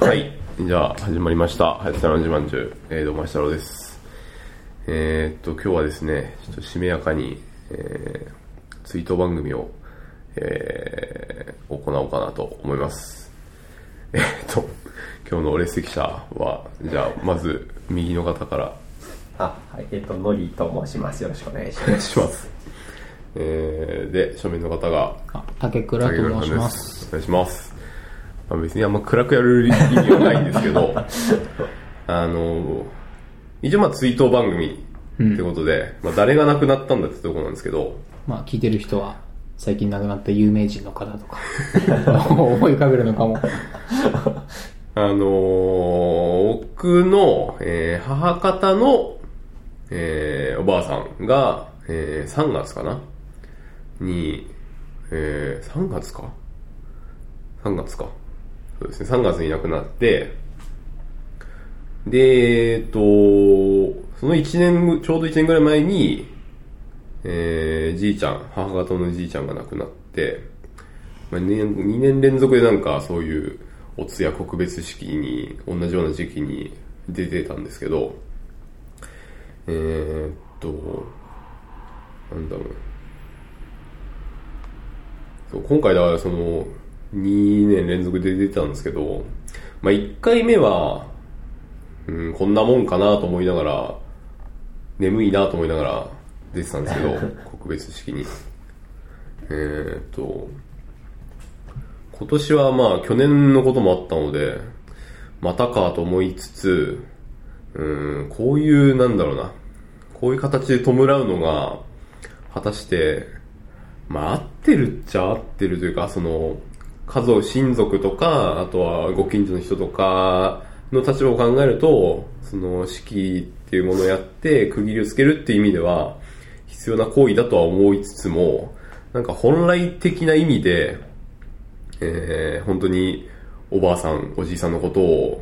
はい、じゃあ始まりました。はやつたらの自慢中、どうも太郎です。今日はですね、ちょっとしめやかに、追悼番組を、行おうかなと思います。今日の列席者は、じゃあまず右の方から。 はい、のりと申します。よろしくお願いします。 お願いします。で、正面の方が竹倉と申します。 お願いします。別にあんま暗くやる意味はないんですけど一応追悼番組ってことで、誰が亡くなったんだってところなんですけど、 聞いてる人は最近亡くなった有名人の方とか思い浮かべるのかも。 僕の、母方の、おばあさんが、3月かなに、3月かそうですね、3月に亡くなって、で、その1年、ちょうど1年ぐらい前に、じいちゃん、母方のじいちゃんが亡くなって、2年連続でなんかそういうお通夜告別式に、同じような時期に出てたんですけど、なんだろう。そう、今回だからその、2年連続で出てたんですけど、1回目は、こんなもんかなと思いながら、眠いなと思いながら出てたんですけど、告別式に。今年は去年のこともあったので、またかと思いつつ、こういうこういう形で弔うのが、果たして、合ってるっちゃ合ってるというか、その、親族とか、あとはご近所の人とかの立場を考えると、その式っていうものをやって区切りをつけるっていう意味では必要な行為だとは思いつつも、本来的な意味で、本当におばあさん、おじいさんのことを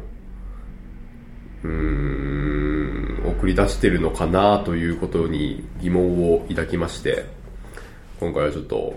送り出してるのかなということに疑問を抱きまして、今回はちょっと、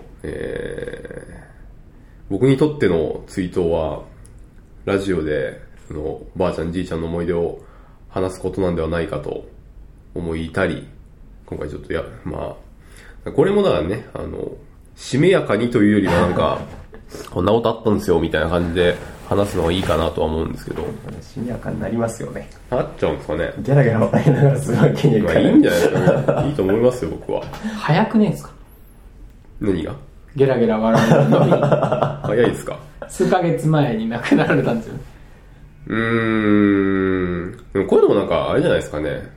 僕にとっての追悼はラジオでそのばあちゃんじいちゃんの思い出を話すことなんではないかと思いたり、今回ちょっとこれもだからね、しめやかにというよりはこんなことあったんですよみたいな感じで話すのがいいかなとは思うんですけど。 しめやかになりますよね。 なっちゃうんですかね。 ギャラギャラ笑いながらすごい気に入る。 いいんじゃないですかね。いいと思いますよ、僕は。 早くねえですか？ 何が？ ゲラゲラ笑うのに早いですか？ 数ヶ月前に亡くなられたんですよ。 でもこういうのもあれじゃないですかね。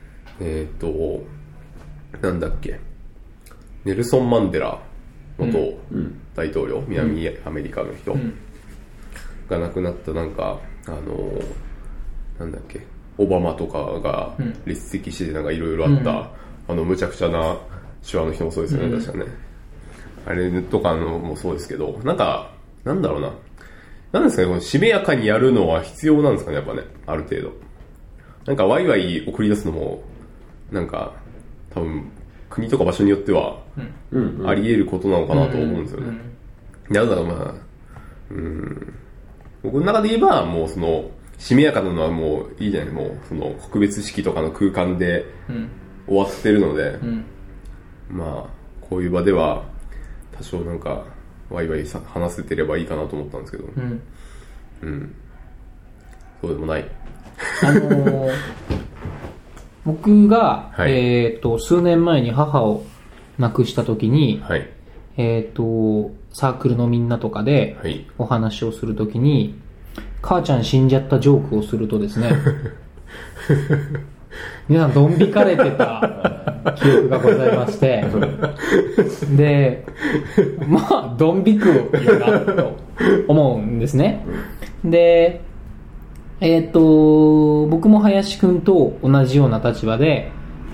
なんだっけ。ネルソン・マンデラ元大統領、南アメリカの人が亡くなったなんだっけ、オバマとかが列席していろいろあった、むちゃくちゃな手話の人もそうですよね、確かね。あれとかもそうですけど、なんだろうな。なんですかね、このしめやかにやるのは必要なんですかね、やっぱね、ある程度。ワイワイ送り出すのも、多分、国とか場所によっては、あり得ることなのかなと思うんですよね。だから僕の中で言えば、もうその、しめやかなのはもういいじゃない、もうその告別式とかの空間で終わってるので、こういう場では、多少ワイワイ話せてればいいかなと思ったんですけど、そうでもない。 僕が、数年前に母を亡くした時に、サークルのみんなとかでお話をする時に、母ちゃん死んじゃったジジョークをするとですね皆さんドン引かれてた記憶がございましてで、ドン引くよなと思うんですね。で、僕も林くんと同じような立場で、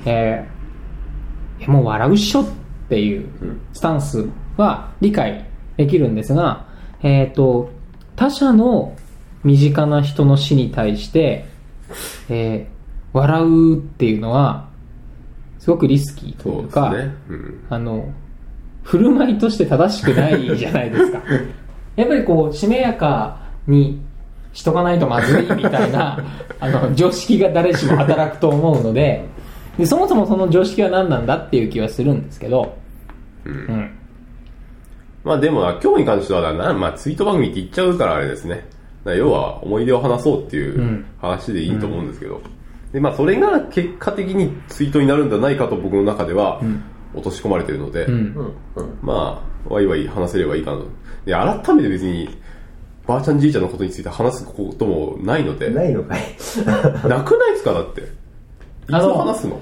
もう笑うっしょっていうスタンスは理解できるんですが、他者の身近な人の死に対して、笑うっていうのはすごくリスキーというか、 そうですね、 振る舞いとして正しくないじゃないですかやっぱりしめやかにしとかないとまずいみたいな常識が誰しも働くと思うので、そもそもその常識は何なんだっていう気はするんですけど、 まあでも今日に関してはまあツイート番組って言っちゃうからあれですね。要は思い出を話そうっていう話でいいと思うんですけど、でまあそれが結果的にツイートになるんじゃないかと僕の中では落とし込まれてるので、まあワイワイ話せればいいかなと。で改めて別にばあちゃんじいちゃんのことについて話すこともないので。 ないのかい。 なくないですかだって。いつも話すの？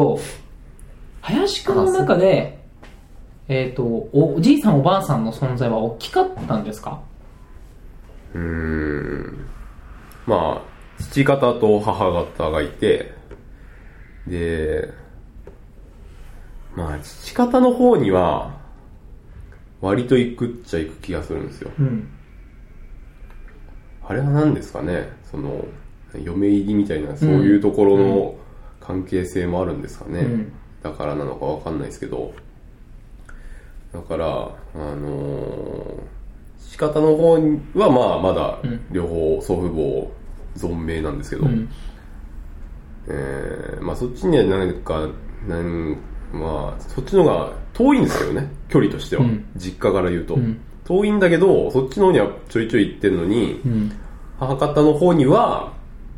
林くんの中でおじいさんおばあさんの存在は大きかったんですか？ まあ父方と母方がいて、でまあ父方の方には割と行くっちゃ行く気がするんですよ、あれは何ですかね、その嫁入りみたいなそういうところの関係性もあるんですかね、だからなのかわかんないですけど、だから父方の方はまあまだ両方祖父母存命なんですけど、まあそっちにはまあそっちの方が遠いんですけどね、距離としては、実家から言うと、遠いんだけどそっちの方にはちょいちょい行ってるのに、母方の方には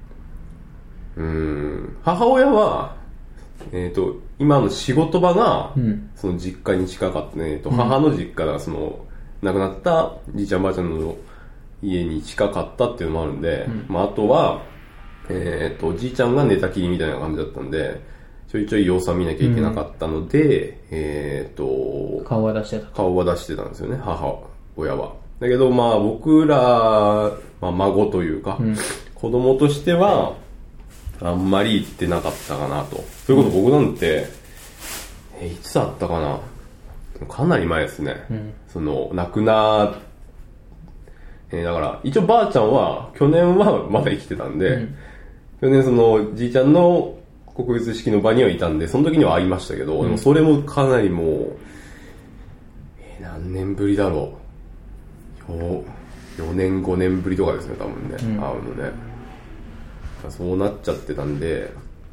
母親は今の仕事場がその実家に近かったね、母の実家がその亡くなったじいちゃんばあちゃんの家に近かったっていうのもあるんで、まああとはじいちゃんが寝たきりみたいな感じだったんでちょいちょい様子は見なきゃいけなかったので、 顔は出してたんですよね、母親は。だけどまあ僕ら、まあ、孫というか、子供としてはあんまり行ってなかったかなと。そういうこと僕なんて、いつあったかな、かなり前ですね、その亡くなだから一応ばあちゃんは去年はまだ生きてたんで、去年そのじいちゃんの告別式の場にはいたんでその時には会いましたけど、でもそれもかなりもう、何年ぶりだろう、4年5年ぶりとかですね多分ね、会うのね。そうなっちゃってたんで、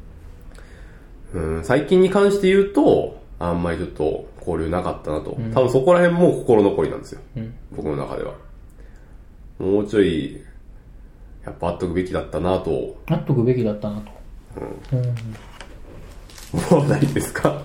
最近に関して言うとあんまりちょっと交流なかったなと、多分そこら辺も心残りなんですよ、僕の中では。もうちょいやっぱ会っとくべきだったなと。もうないですか？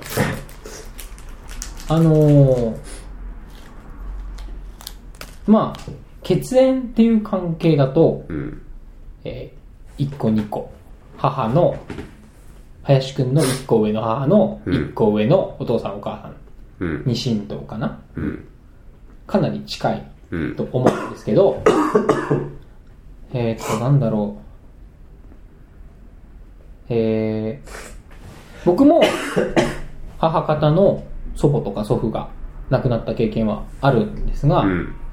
まあ血縁っていう関係だと、1個2個母の林くんの1個上の母の1個上のお父さんお母さんに親等かな、かなり近いと思うんですけど、なんだろう、僕も母方の祖母とか祖父が亡くなった経験はあるんですが、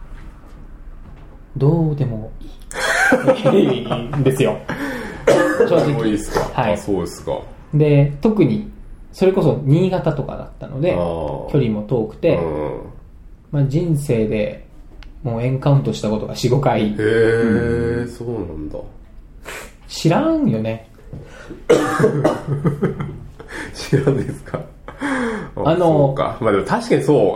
どうでもいいんですよ正直。 いいですか？ はい、 そうですか。 で特にそれこそ新潟とかだったので距離も遠くて、まあ、人生でもうエンカウントしたことが 4,5 回。 へえ、そうなんだ。 知らんよね。 知らんですか？そうか。まあでも確かにそう、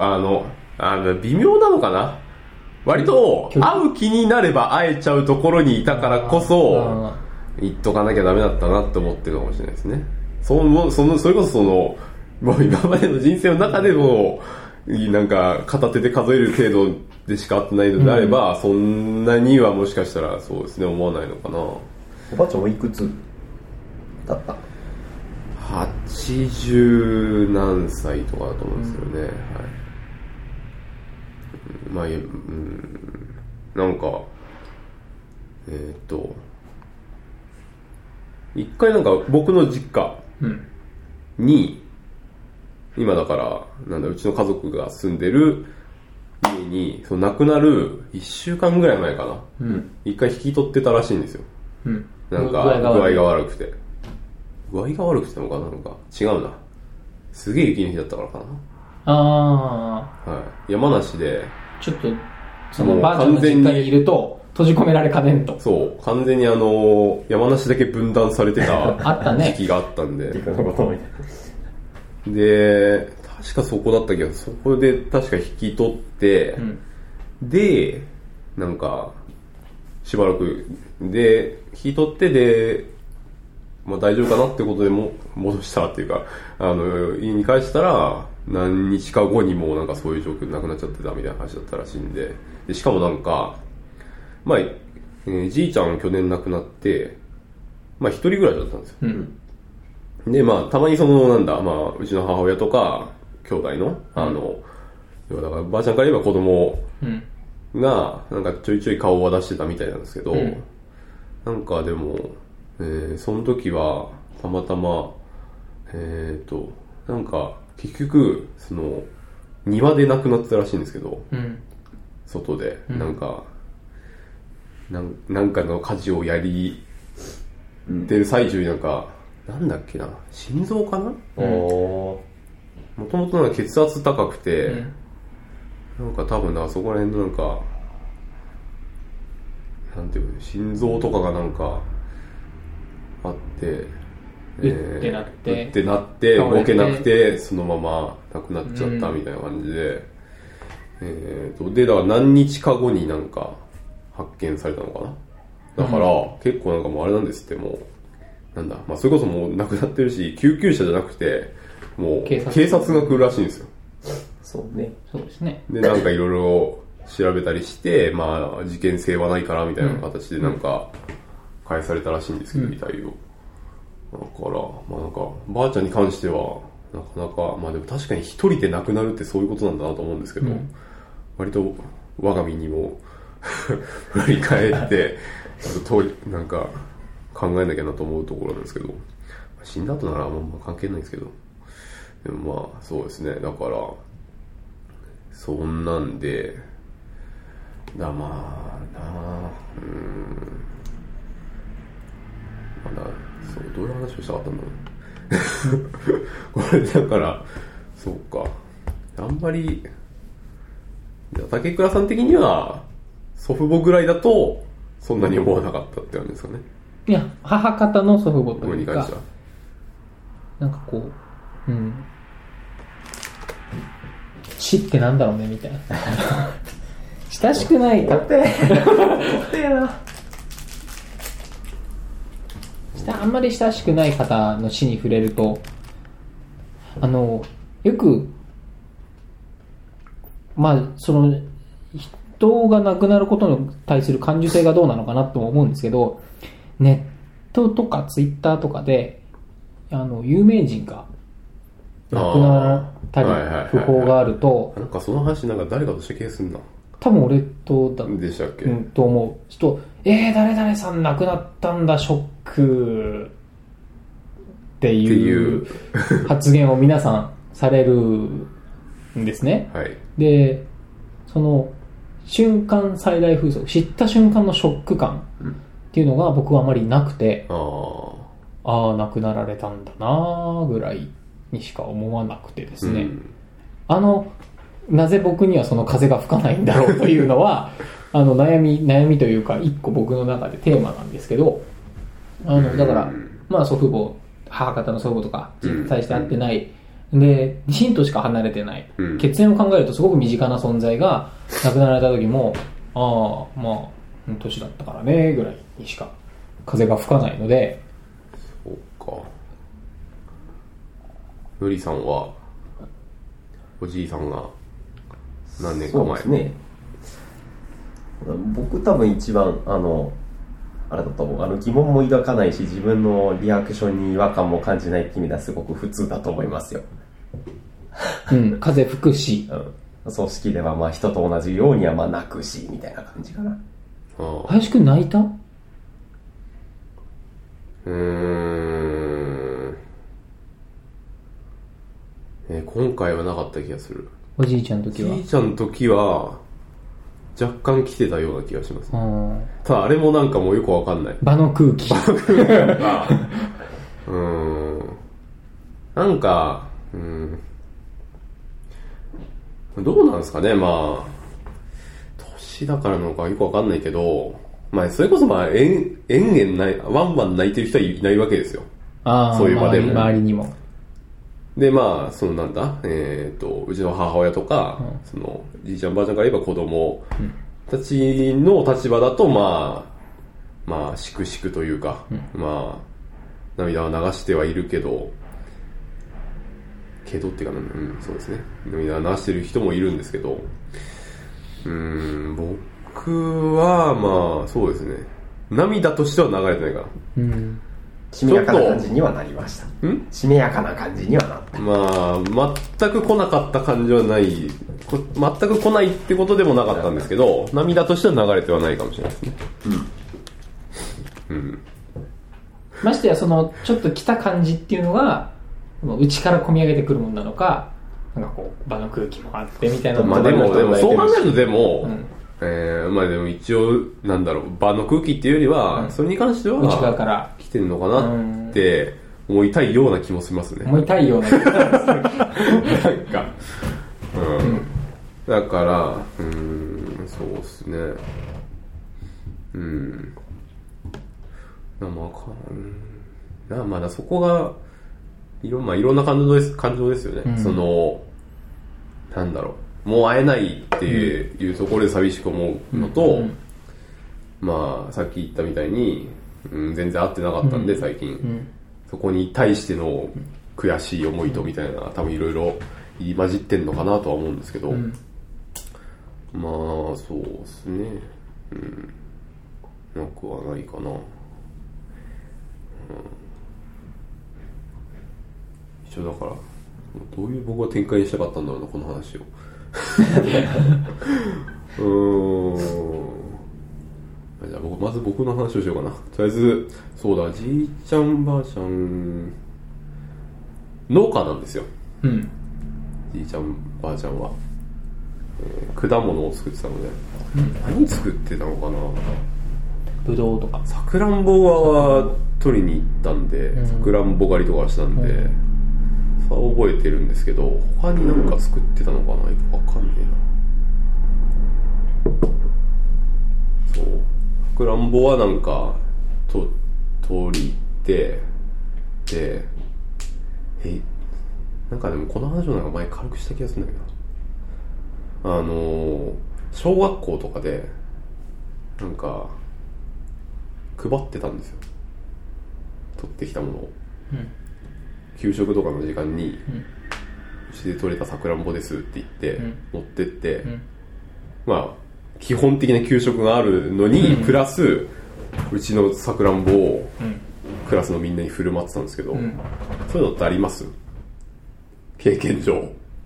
微妙なのかな。割と会う気になれば会えちゃうところにいたからこそ言っとかなきゃダメだったなって思ってるかもしれないですね。それこそもう今までの人生の中でもなんか片手で数える程度でしか会ってないのであれば、そんなにはもしかしたらそうですね思わないのかな。 おばあちゃんもいくつだった ？80何歳とかだと思うんですよね、はい。まあなんか一回なんか僕の実家に、今だからうちの家族が住んでる家にその亡くなる1週間ぐらい前かな、一回引き取ってたらしいんですよ、なんか具合が悪くてなのかな、なんか違うな、すげえ雪の日だったからかな。はい、山梨でちょっとそのばあちゃんの実家にいると閉じ込められかねんと。 そう、完全に山梨だけ分断されてたあったね時期があったんで。 陸のことみたいで、確かそこだったけど、そこで確か引き取って、で、なんか、しばらく、で、引き取って、で、まあ大丈夫かなってことでも戻したっていうか、家に帰したら、何日か後にもうなんかそういう状況なくなっちゃってたみたいな話だったらしいんで、でしかもなんか、まあ、じいちゃん去年亡くなって、まあ一人暮らしだったんですよ。で、まあたまになんだ、まあうちの母親とか、兄弟の、要はだからばあちゃんから言えば子供が、なんかちょいちょい顔は出してたみたいなんですけど、なんかでも、その時は、たまたま、なんか、結局、庭で亡くなってたらしいんですけど、外で、なんかの家事をやり、てる最中になんか、なんだっけな、心臓かな？もともとなんか血圧高くて、なんか多分そこら辺のなんか、なんていうの、心臓とかがなんか、あって、 ってなって動けなくて、そのまま亡くなっちゃったみたいな感じで、で、だから何日か後になんか発見されたのかな。だから、結構なんかもうあれなんですって、もう、なんだ、まあそれこそもう亡くなってるし、救急車じゃなくて、もう警察が来るらしいんですよ。 そうね。 そうですね。 で、なんかいろいろ調べたりして、まあ事件性はないからみたいな形でなんか、返されたらしいんですけど、遺体を。だから、まあなんか、ばあちゃんに関しては、なかなか、まあでも確かに一人で亡くなるってそういうことなんだなと思うんですけど、割と我が身にも振り返って、なんか考えなきゃなと思うところなんですけど、死んだ後ならもう関係ないんですけど、でもまあそうですね、だから、そんなんで、まあなあ、まだそうどういう話をしたかったんだろうこれだからそうかあんまり竹倉さん的には祖父母ぐらいだとそんなに思わなかったって感じですかね。 いや母方の祖父母というかなんかこう死ってなんだろうねみたいな親しくないかってあんまり親しくない方の死に触れるとよくまあ人が亡くなることに対する感受性がどうなのかなとも思うんですけど、ネットとかツイッターとかで有名人が亡くなったり訃報があると、 なんかその話なんか誰かとした気がするな。 多分俺とだでしたっけ、 と思う人、誰々さん亡くなったんだショックっていう発言を皆さんされるんですね。 はい、 でその瞬間最大風速、知った瞬間のショック感っていうのが僕はあまりなくて、ああ亡くなられたんだなぐらいにしか思わなくてですね、なぜ僕にはその風が吹かないんだろうというのは悩みというか一個僕の中でテーマなんですけど、だからまあ祖父母母方の祖父母とか実際して会ってない、で親としか離れてない、血縁を考えるとすごく身近な存在が亡くなられた時もまあ年だったからねぐらいにしか風が吹かないので。 そうか。のりさんはおじいさんが何年か前。 そうですね。僕多分一番あれだと思う。疑問も抱かないし、自分のリアクションに違和感も感じないって意味ではすごく普通だと思いますよ。 風吹くし、 葬式ではまあ人と同じようにはまあ泣くしみたいな感じかな。 林くん泣いた？ 今回はなかった気がする。 おじいちゃんの時は。 おじいちゃんの時は若干来てたような気がします。ただあれもなんかもうよくわかんない。 場の空気。 なんか、どうなんですかね、まあ、年だからなのかよくわかんないけど、 まあそれこそまあ延々ワンワン泣いてる人はいないわけですよ。そういう場でも周りにも。 でまあそのなんだうちの母親とか、そのじいちゃんばあちゃんから言えば子供たちの立場だとまあ粛々というか、まあ涙は流してはいるけどっていうかそうですね、涙流してる人もいるんですけど、僕はまあそうですね、涙としては流れてないかな。 しめやかな感じにはなりました。しめやかな感じにはなった。 まあ全く来なかった感じはない、全く来ないってことでもなかったんですけど、涙としては流れてはないかもしれないですね。 ましてやそのちょっと来た感じっていうのが内から込み上げてくるものなのか、なんかこう場の空気もあってみたいな。 まあでもそう考えるとでも、まあでも一応なんだろう、場の空気っていうよりは、それに関しては内側から来てるのかなって思いたいような気もしますね。 思いたいような気もする。 なんかだからそうですね。まだそこがいろんな感情ですよね。そのなんだろう、もう会えないっていうところで寂しく思うのと、まあさっき言ったみたいに、全然会ってなかったんで最近、そこに対しての悔しい思いとみたいな多分いろいろ入り混じってんのかなとは思うんですけど、まあそうですね、なくはないかな。一応だからどういう僕は展開にしたかったんだろうなこの話を。じゃあまず僕の話をしようかな。とりあえずそうだ、じいちゃんばあちゃん農家なんですよ。じいちゃんばあちゃんは、果物を作ってたので、何作ってたのかな。 ぶどうとかさくらんぼは取りに行ったんで、さくらんぼ狩りとかしたんで、さあ覚えてるんですけど、他に何か作ってたのかな、よくわかんねえな。そう、さくらんぼはなんか取り行ってで、なんかでもこの話をなんか前軽くした気がするんだけど、小学校とかでなんか配ってたんですよ、取ってきたものを。給食とかの時間に、うちで採れたさくらんぼですって言って、持ってって、まあ基本的な給食があるのに、プラスうちのさくらんぼをクラスのみんなに振る舞ってたんですけど、そういうのってあります？経験上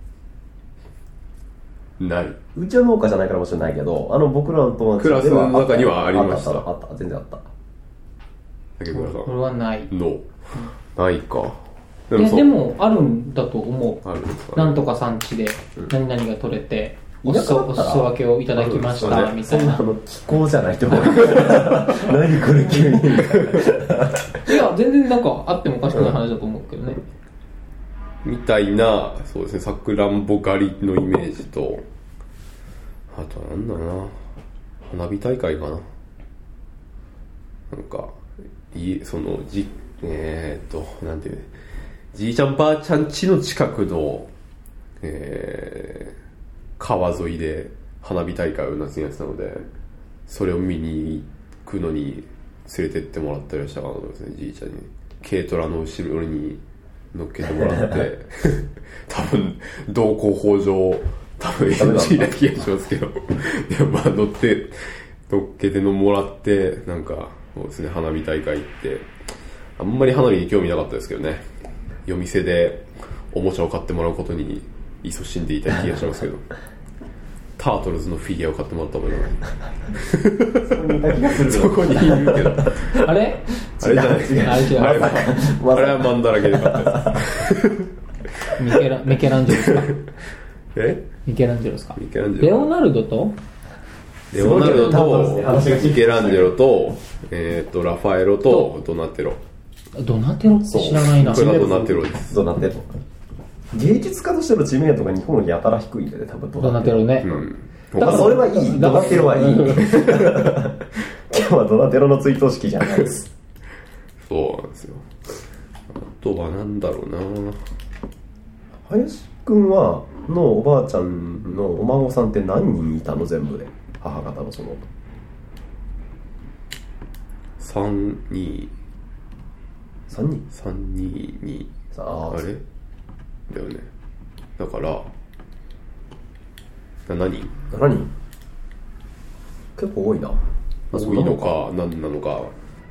ない。 うちは農家じゃないからもしれないけど、僕らの友達クラスの中にはありました。 あった全然あった。 竹村さん。 これはないの、ないか。 でもあるんだと思う。 あるんですかね。 なんとか産地で何々が取れて、お裾分けをいただきましたみたいな。 気候じゃないと思う。何これ急に。 いや全然なんかあってもおかしくない話だと思うけどね。 みたいな、そうですね、さくらんぼ狩りのイメージと、あとはなんだろうな、花火大会かな。なんかなんていうね、じいちゃんばあちゃん家の近くの、川沿いで花火大会を夏にやってたので、それを見に行くのに連れてってもらったりはしたかなと思いますね、じいちゃんに。軽トラの後ろに乗っけてもらって多分道交法上多分 NG な気がしますけどでもまあ乗っけてのもらって、なんかそうですね、花火大会行って、あんまり花火に興味なかったですけどね、夜店でおもちゃを買ってもらうことに勤しんでいた気がしますけどタートルズのフィギュアを買ってもらったものにそこにいるけどあれじゃないあれはマンだらけで買ったやつミケランジェロですかミケランジェロですか。レオナルドとミケランジェロと、ラファエロとドナテロって知らないな。 これがドナテロです。 ドナテロ芸術家としての知名度が日本よりやたら低いんでね、多分ドナテロね、 それはいい。ドナテロはいい。今日はドナテロの追悼式じゃないです。 そうなんですよ。あとはなんだろうな。 林くんはのおばあちゃんのお孫さんって何人いたの全部で。母方のその。 3、2、 3人 ?3、2、2。あれだよね。だから、7人 ?7 人結構多いな。 多いのか、何なのか。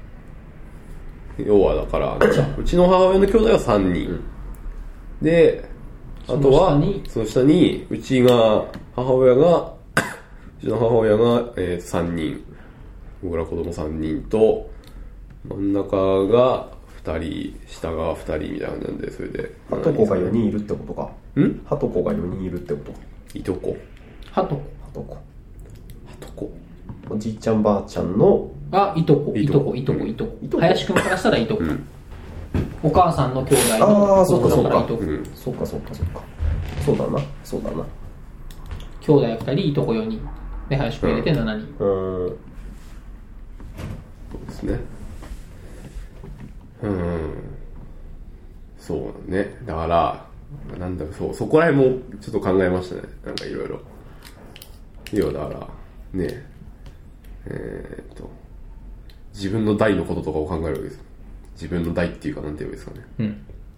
要はだから、うちの母親の兄弟は3人。で、あとは、その下に、うちの母親が、3人。僕ら子供3人と、真ん中が2人、下が2人みたいな感じなんで、それで。 はとこが4人いるってことか。 はとこが4人いるってことか。 いとこ。 はとこ。 おじいちゃんばあちゃんの。 いとこ。林くんからしたらいとこ。お母さんの兄弟のそうか。 そうだな。兄弟2人、いとこ4人。で、林くん入れて7人。 そうですね。そうね。だから、なんだろう、そこら辺もちょっと考えましたね。なんかいろいろ。要はだから、ね、自分の代のこととかを考えるわけです。自分の代っていうか、なんて言うんですかね。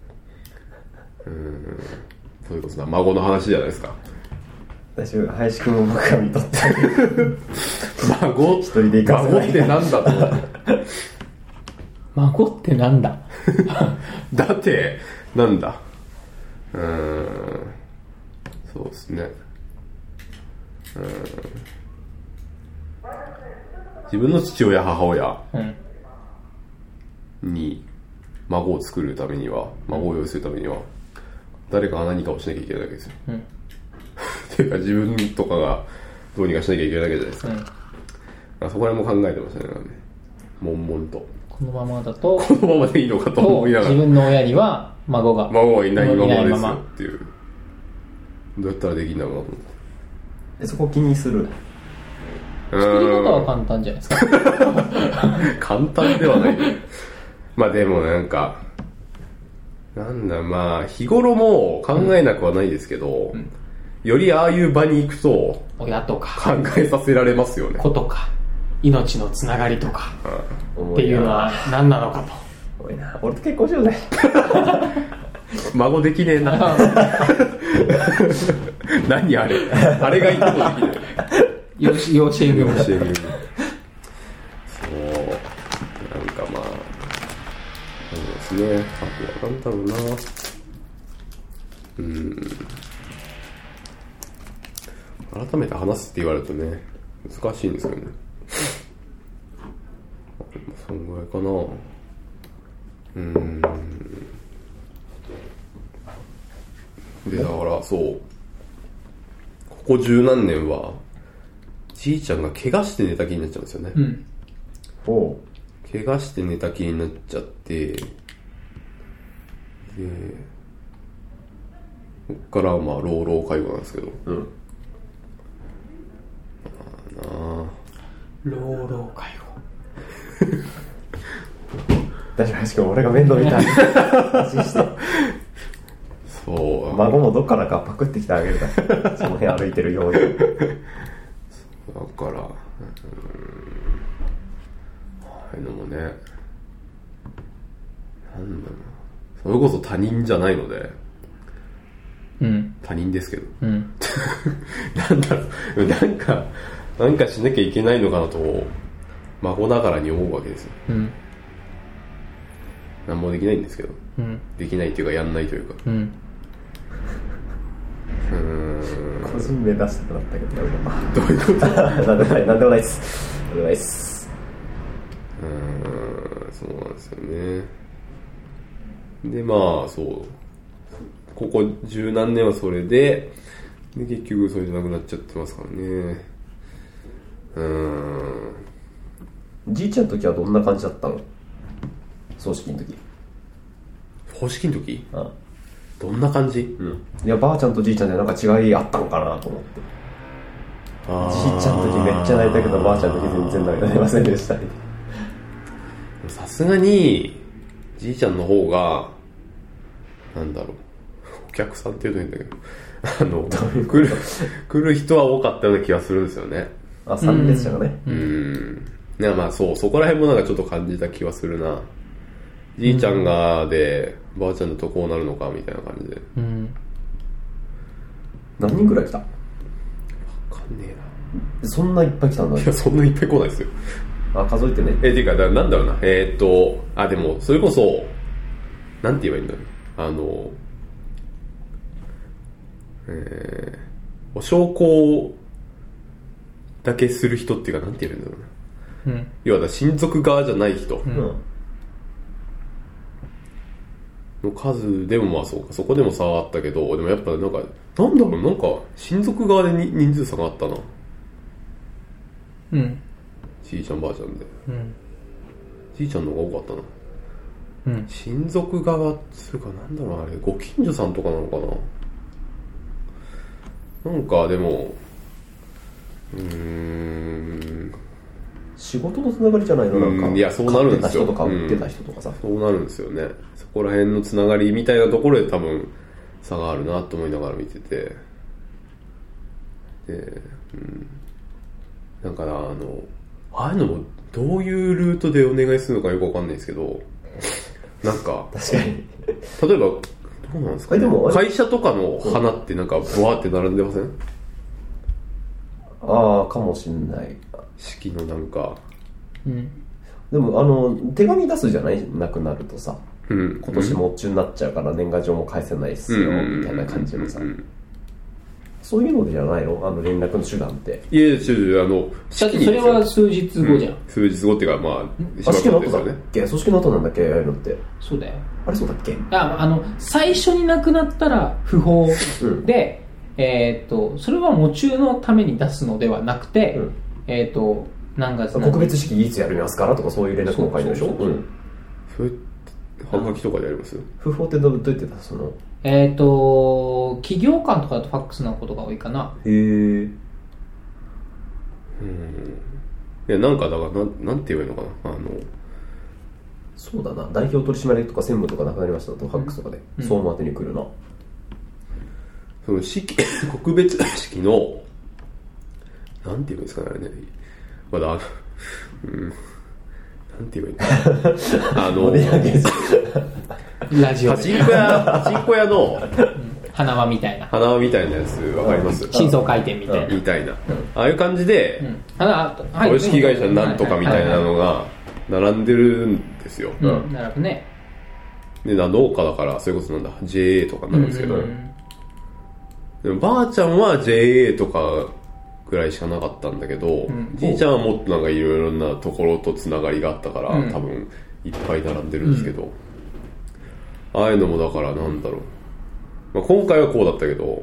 そういうことだ。孫の話じゃないですか。 私、林くんも僕が見とって。 孫一人で行かせない。 孫ってなんだと思って。 孫ってなんだだって、なんだ。そうですね。自分の父親母親に孫を作るためには、孫を用意するためには誰かが何かをしなきゃいけないわけですよ。っていうか自分とかがどうにかしなきゃいけないわけじゃないですか。そこら辺も考えてましたね。悶々とこのままだとこのままでいいのかと思いながら、 自分の親には孫がいないままですよっていう。どうやったらできるんだろうなと思って。 そこ気にする。 作り方は簡単じゃないですか。 簡単ではない。まあでもなんか、日頃も考えなくはないですけど、よりああいう場に行くと、 親とか考えさせられますよね。 子とか、命のつながりとか、っていうのは何なのかと。 多いな。俺と結婚しようぜ。 孫できねえな。何あれ。あれがいいことできない。 養子縁組。 そう。なんかそうですね。あとはなんだろうな。改めて話すって言われるとね、難しいんですけどね。そんぐらいかな。で、だからそう、ここ十何年はじいちゃんが怪我して寝たきりになっちゃうんですよね。怪我して寝たきりになっちゃって、でこっから老老介護なんですけど、 老老介護。 大丈夫ですけど、俺が面倒見たい。 そう。 孫もどっからかパクってきてあげるから。その辺歩いてるように。だから、ああいうのもね、なんだろう。それこそ他人じゃないので、他人ですけど。なんだろう、なんかしなきゃいけないのかなと、孫ながらに思うわけですよ。何もできないんですけど、できないというかやんないというか、 個人名出してもらったけどどういうことなんでもないですそうなんですよね。でそうここ十何年はそれで結局それじゃなくなっちゃってますからね。 じいちゃんの時はどんな感じだったの？葬式の時。 葬式の時？どんな感じ？ いや、ばあちゃんとじいちゃんでなんか違いあったのかなと思って。 ちゃんの時めっちゃ泣いたけどばあちゃんの時全然泣いてませんでした。 さすがにじいちゃんの方がなんだろう、お客さんっていうと変だけど来る人は多かったような気がするんですよね。 あ、参列者がね。 まあそこら辺もなんかちょっと感じた気はするな。じいちゃんがで、ばあちゃんだとこうなるのかみたいな感じで。 何人くらい来た？ わかんねえな。そんないっぱい来たんだ。 いや、そんないっぱい来ないですよ。 あ、数えてね。 ていうか、なんだろうな。でも、それこそ、なんて言えばいいんだろう。お焼香だけする人っていうか、なんて言えばいいんだろうな。要は、親族側じゃない人。の数でもまあそうか、そこでも差はあったけど、でもやっぱなんだろう、なんか親族側で人数差があったな。じいちゃんばあちゃんで、じいちゃんの方が多かったな。親族側っつうか、なんだろう、あれご近所さんとかなのかな。なんかでも仕事のつながりじゃないの、なんかいや、そうなるんですよ。 買ってた人とかさ、 そうなるんですよね。そこら辺のつながりみたいなところで多分差があるなと思いながら見てて、で、なんかああいうのもどういうルートでお願いするのかよくわかんないですけど、なんか確かに例えばどうなんですかね、でも会社とかの花ってなんかブワーって並んでません？ ああ、かもしんない。 式のなんか、 でも手紙出すじゃない、なくなるとさ、今年も中になっちゃうから年賀状も返せないっすよ、みたいな感じのさ、そういうのじゃないの、連絡の手段って。 いや、 だってそれは数日後じゃん。 数日後っていうか、まあ、 式の後だっけ？組織の後なんだっけ、ああいうのって。 そうだよ。 あれそうだっけ？ 最初に亡くなったら不法で、それは喪中のために出すのではなくて、何月告別式いつやりますからとか、そういう連絡も書いてるでしょ。 それってはがきとかでやります？ 不法ってどうやって出た？その企業間とかだとファックスなことが多いかな。 へえ。 いや、なんかだからなんて言えばいいのかな、 そうだな、代表取締役とか専務とかなくなりましたと、ファックスとかで総務宛てに来るな。 その告別式のなんて言うんですかね、あれね、まだなんて言えばいいのラジオパチンコ屋の花輪みたいなやつわかります？ 新装開店みたいな、 ああいう感じで、株式会社なんとかみたいなのが並んでるんですよ。 並ぶね。 で、農家だからそれこそなんだ JA とかになるんですけど、でもばあちゃんは JA とかぐらいしかなかったんだけど、じいちゃんはもっとなんかいろいろなところとつながりがあったから、多分いっぱい並んでるんですけど、ああいうのもだからなんだろう、まあ、今回はこうだったけど、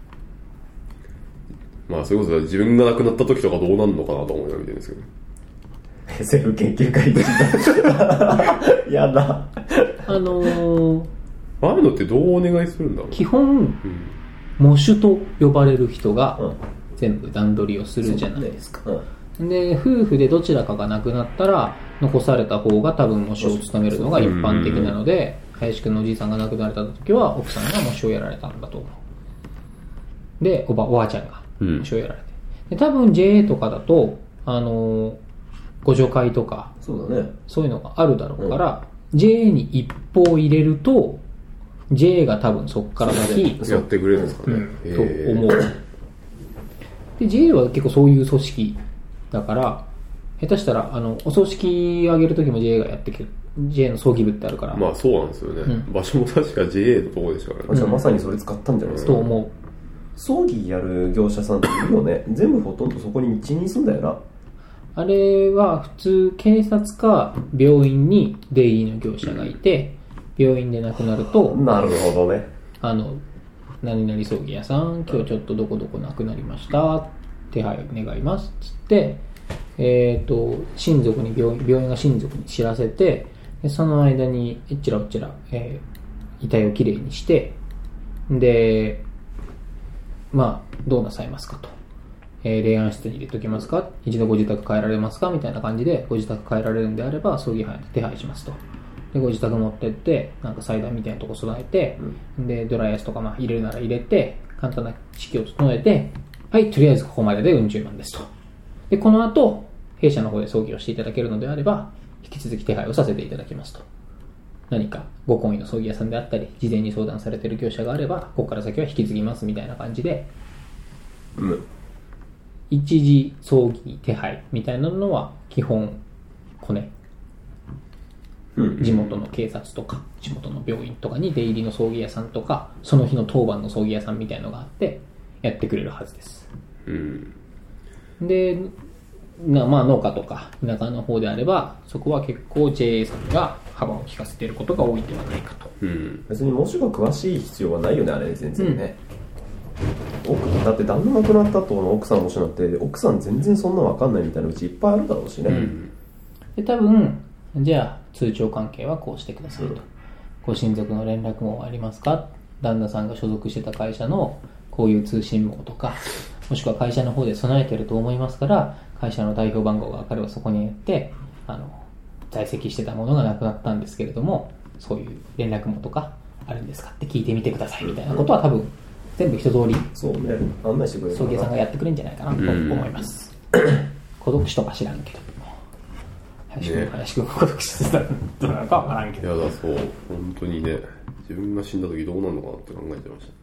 まあそれこそ自分が亡くなった時とかどうなるのかなと思いながら見てるんですけど、 政府研究会でやだ。 ああいうのってどうお願いするんだろう。 基本、喪主と呼ばれる人が全部段取りをするじゃないですか。で、夫婦でどちらかが亡くなったら残された方が多分喪主を務めるのが一般的なので、林くんのおじいさんが亡くなられた時は奥さんが喪主をやられたんだと思う。で、おばあちゃんが喪主をやられて、で多分 JA とかだとご助会とかそうだね、 そういうのがあるだろうから、JA に一報入れると JA が多分そこから先やってくれるんですかね、 と思う。で JA は結構そういう組織だから、下手したらお葬式あげる時も JA がやってくる、 JA の葬儀部ってあるから。 まあそうなんですよね、場所も確か JA のところでしたからね。 じゃあまさにそれ使ったんじゃないですか。 と思う。 葬儀やる業者さんっているよね。全部ほとんどそこに一任すんだよな。あれは普通警察か病院に出入りの業者がいて、病院で亡くなると、 なるほどね、 何々葬儀屋さん今日ちょっとどこどこ亡くなりました、手配願いますっつって、親族に病院が親族に知らせて、でその間にえっちらおっちら、遺体をきれいにして、でまあどうなさいますかと、 霊安室に入れときますか、一度ご自宅帰られますかみたいな感じで、ご自宅帰られるんであれば葬儀手配しますと。でご自宅持ってってなんか祭壇みたいなとこ備えて、でドライアイスとか入れるなら入れて簡単な式を整えて、はい、とりあえずここまででうん十万ですと。でこの後弊社の方で葬儀をしていただけるのであれば引き続き手配をさせていただきますと。何かご婚姻の葬儀屋さんであったり事前に相談されている業者があればここから先は引き継ぎますみたいな感じで、一時葬儀手配みたいなのは基本コネ、地元の警察とか地元の病院とかに出入りの葬儀屋さんとかその日の当番の葬儀屋さんみたいなのがあってやってくれるはずです、でまあ農家とか田舎の方であればそこは結構 JA さんが幅を利かせていることが多いんではないかと、 別にもしが詳しい必要はないよねあれ全然ね、だって旦那亡くなった後の奥さんもしなって奥さん全然そんな分かんないみたいなうちいっぱいあるだろうしね、 で多分じゃあ通帳関係はこうしてくださいと、ご親族の連絡網はありますか、旦那さんが所属してた会社のこういう通信網とかもしくは会社の方で備えてると思いますから会社の代表番号が分かればそこにやって在籍してたものがなくなったんですけれどもそういう連絡網とかあるんですかって聞いてみてくださいみたいなことは多分全部一通りそうね案内してくれる葬儀屋さんがやってくれるんじゃないかなと思います、孤独死とか知らんけど林くんが孤独死してたらどうなのか分からんけど、 いやだそう本当にね自分が死んだ時どうなるのかなって考えてました。